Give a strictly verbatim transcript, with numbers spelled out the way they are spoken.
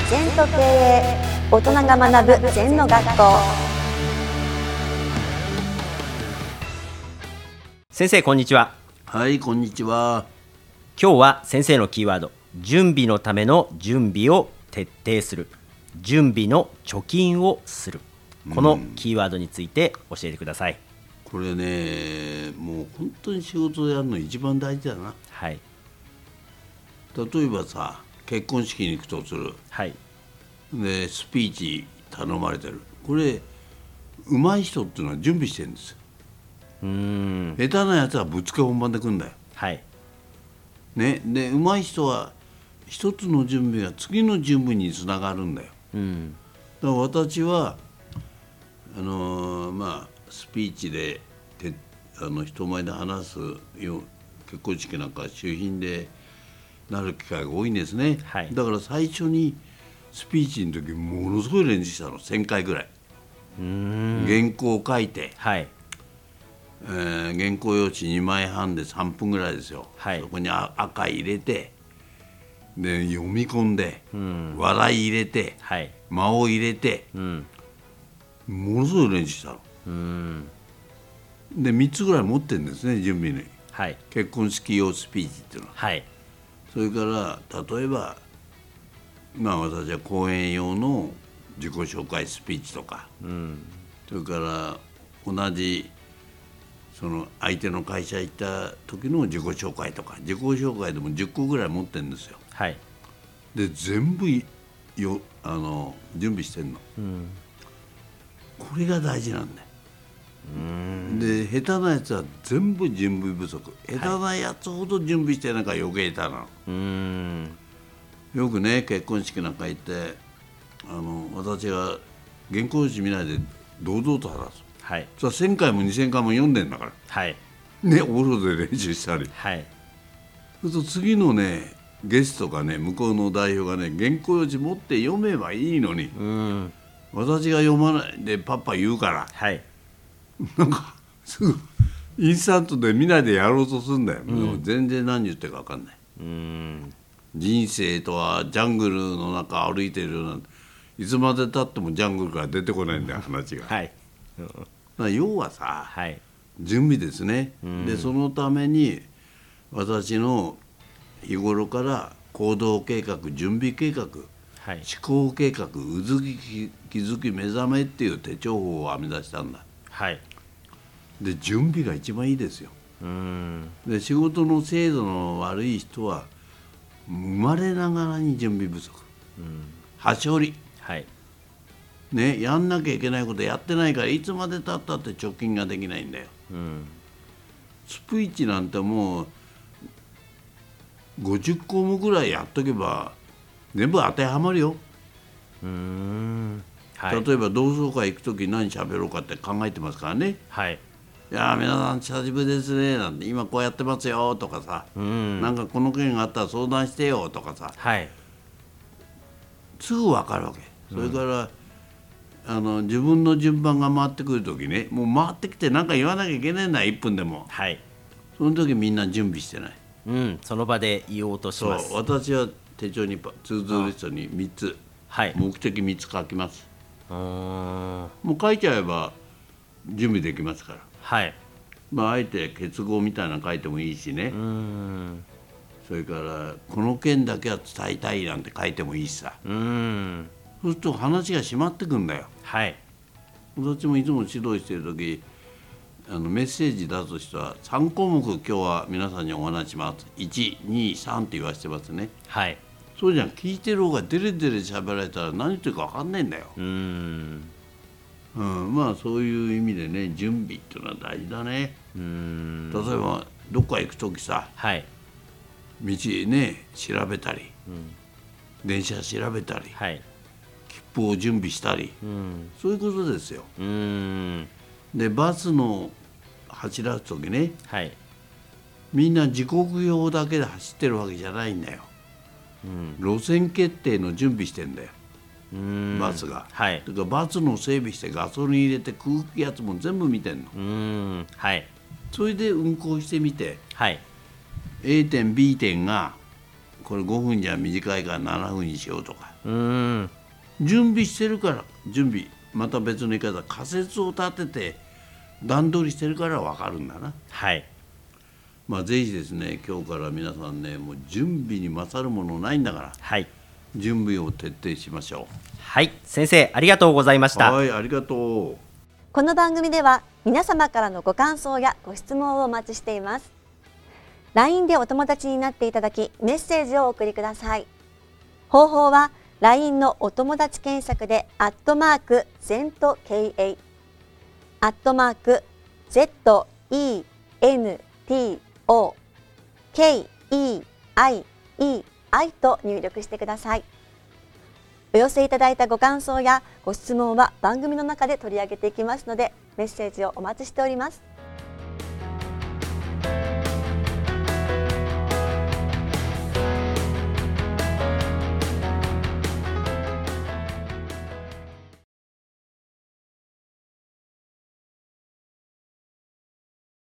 全と経営、大人が学ぶ全の学校。 先生こんにちは。 はい、こんにちは。 今日は先生のキーワード、準備のための準備を徹底する、準備の貯金をする、このキーワードについて教えてください。 これね、もう本当に仕事をやるの一番大事だな。 はい。 例えばさ、結婚式に行くとする。 はい。 で、スピーチ頼まれてる。これ上手い人っていうのは準備してるんですよ。 うーん。 下手なやつはぶっつけ本番で来るんだよ。 はい。 ね、で上手い人は一つの準備が次の準備につながるんだよ。 うん。 だから私はあのー、まあスピーチでてあの人前で話すよ、結婚式なんか主賓でなる機会が多いんですね。 はい、 だから最初にスピーチの時ものすごい練習したの、せんかいぐらい。 うーん。 原稿を書いて、 はい。 えー、原稿用紙にまいはんでさんぷんぐらいですよ。 はい、 そこに赤入れて、で読み込んで、 うん、 笑い入れて、 はい、 間を入れて、 うん、 ものすごい練習したの。 うーん。 でみっつぐらい持ってるんですね、準備に。 はい。 結婚式用スピーチっていうのは。 はい。 それから例えば、まあ私は講演用の自己紹介スピーチとか、 うん、 それから同じその相手の会社行った時の自己紹介とか、自己紹介でもじゅっこぐらい持ってるんですよ。 はい。 で全部よあの準備してんの、 うん、 これが大事なんだよ。 うーん。 で下手なやつは全部準備不足。下手なやつほど準備してなんか余計下手なの。 うーん。 よくね、結婚式なんか行ってあの私が原稿用紙見ないで堂々と話す。 はい。 それはせんかいもにせんかいも読んでんだからはい。 ね、お風呂で練習したり。 はい。 そうすると次のねゲストがね、向こうの代表がね、原稿用紙持って読めばいいのに、 うーん。 私が読まないでパッパ言うから、 はい。 なんかすぐインスタントで見ないでやろうとするんだよ、 うん、 でも全然何言ってるか分かんない。 うーん。 人生とはジャングルの中歩いてるような、いつまでたってもジャングルから出てこないんだよ話が。 はい。 だから要はさ、 はい。 準備ですね。でそのために私の日頃から行動計画、準備計画、 はい。 思考計画、うずき気づき目覚めっていう手帳法を編み出したんだ。 はい。 で準備が一番いいですよ。 うーん。 で仕事の精度の悪い人は生まれながらに準備不足、 うん。 端折りはい。 ね、やんなきゃいけないことやってないから、いつまでたったって貯金ができないんだよ。 うん。 スピーチなんてもうごじゅっこうもぐらいやっとけば全部当てはまるよ。 うーん。はい。 例えば同窓会行く時何喋ろうかって考えてますからね。 はい。 いやー皆さん久しぶりですねなんて、今こうやってますよとかさ、 うん。 なんかこの件があったら相談してよとかさ、 はい。 すぐ分かるわけ。それから、うん、あの自分の順番が回ってくる時ね、もう回ってきて何か言わなきゃいけないんだ、いっぷんでも。 はい。 その時みんな準備してない。 うん、その場で言おうとします。 そう、私は手帳にツードゥーリストにみっつ、 はい。 目的みっつ書きます。 うーん。 もう書いちゃえば準備できますから。 はい。 まああえて結合みたいなの書いてもいいしね。 うーん。 それからこの件だけは伝えたいなんて書いてもいいしさ。 うーん。 そうすると話が締まってくんだよ。 はい。 私もいつも指導してる時、あのメッセージ出す人はさんこうもく今日は皆さんにお話します。いち、に、さんって言わせてますね。 はい。 そうじゃん、聞いてる方がデレデレ喋られたら何言ってるか分かんないんだよ。 うーん。 うん、まあそういう意味でね、準備っていうのは大事だね。 うーん。 例えばどっか行く時さ、 はい。 道ね調べたり、 うん。 電車調べたり、 はい。 切符を準備したり、 うん。 そういうことですよ。 うーん。 でバスの走らす時ね、 はい。 みんな時刻表だけで走ってるわけじゃないんだよ。 うん。 路線決定の準備してんだよ、 うーん。 バスが。 はい。 だからバスの整備してガソリン入れて空気圧も全部見てんの。 うーん。はい。 それで運行してみて、 はい。 A 点 B 点がこれごふんじゃ短いからななふんにしようとか、 うーん準備してるから、準備また別の言い方、仮説を立てて段取りしてるから分かるんだな。 はい。 まあぜひですね、今日から皆さんね、もう準備に勝るものないんだから、 はい。 準備を徹底しましょはい。先生、ありがとうございましう。 た。 はい、ありがとう。 この番組では皆様からのご感想やご質問をお待ちしています。ライン でお友達になっていただき、メッセージをお送りください。方法は ライン のお友達検索でアットマーク ゼント ケーエー アットマーク ゼット イー エヌ ティー オー ケー イー アイ イー アイ と入力してください。お寄せいただいたご感想やご質問は番組の中で取り上げていきますので、メッセージをお待ちしております。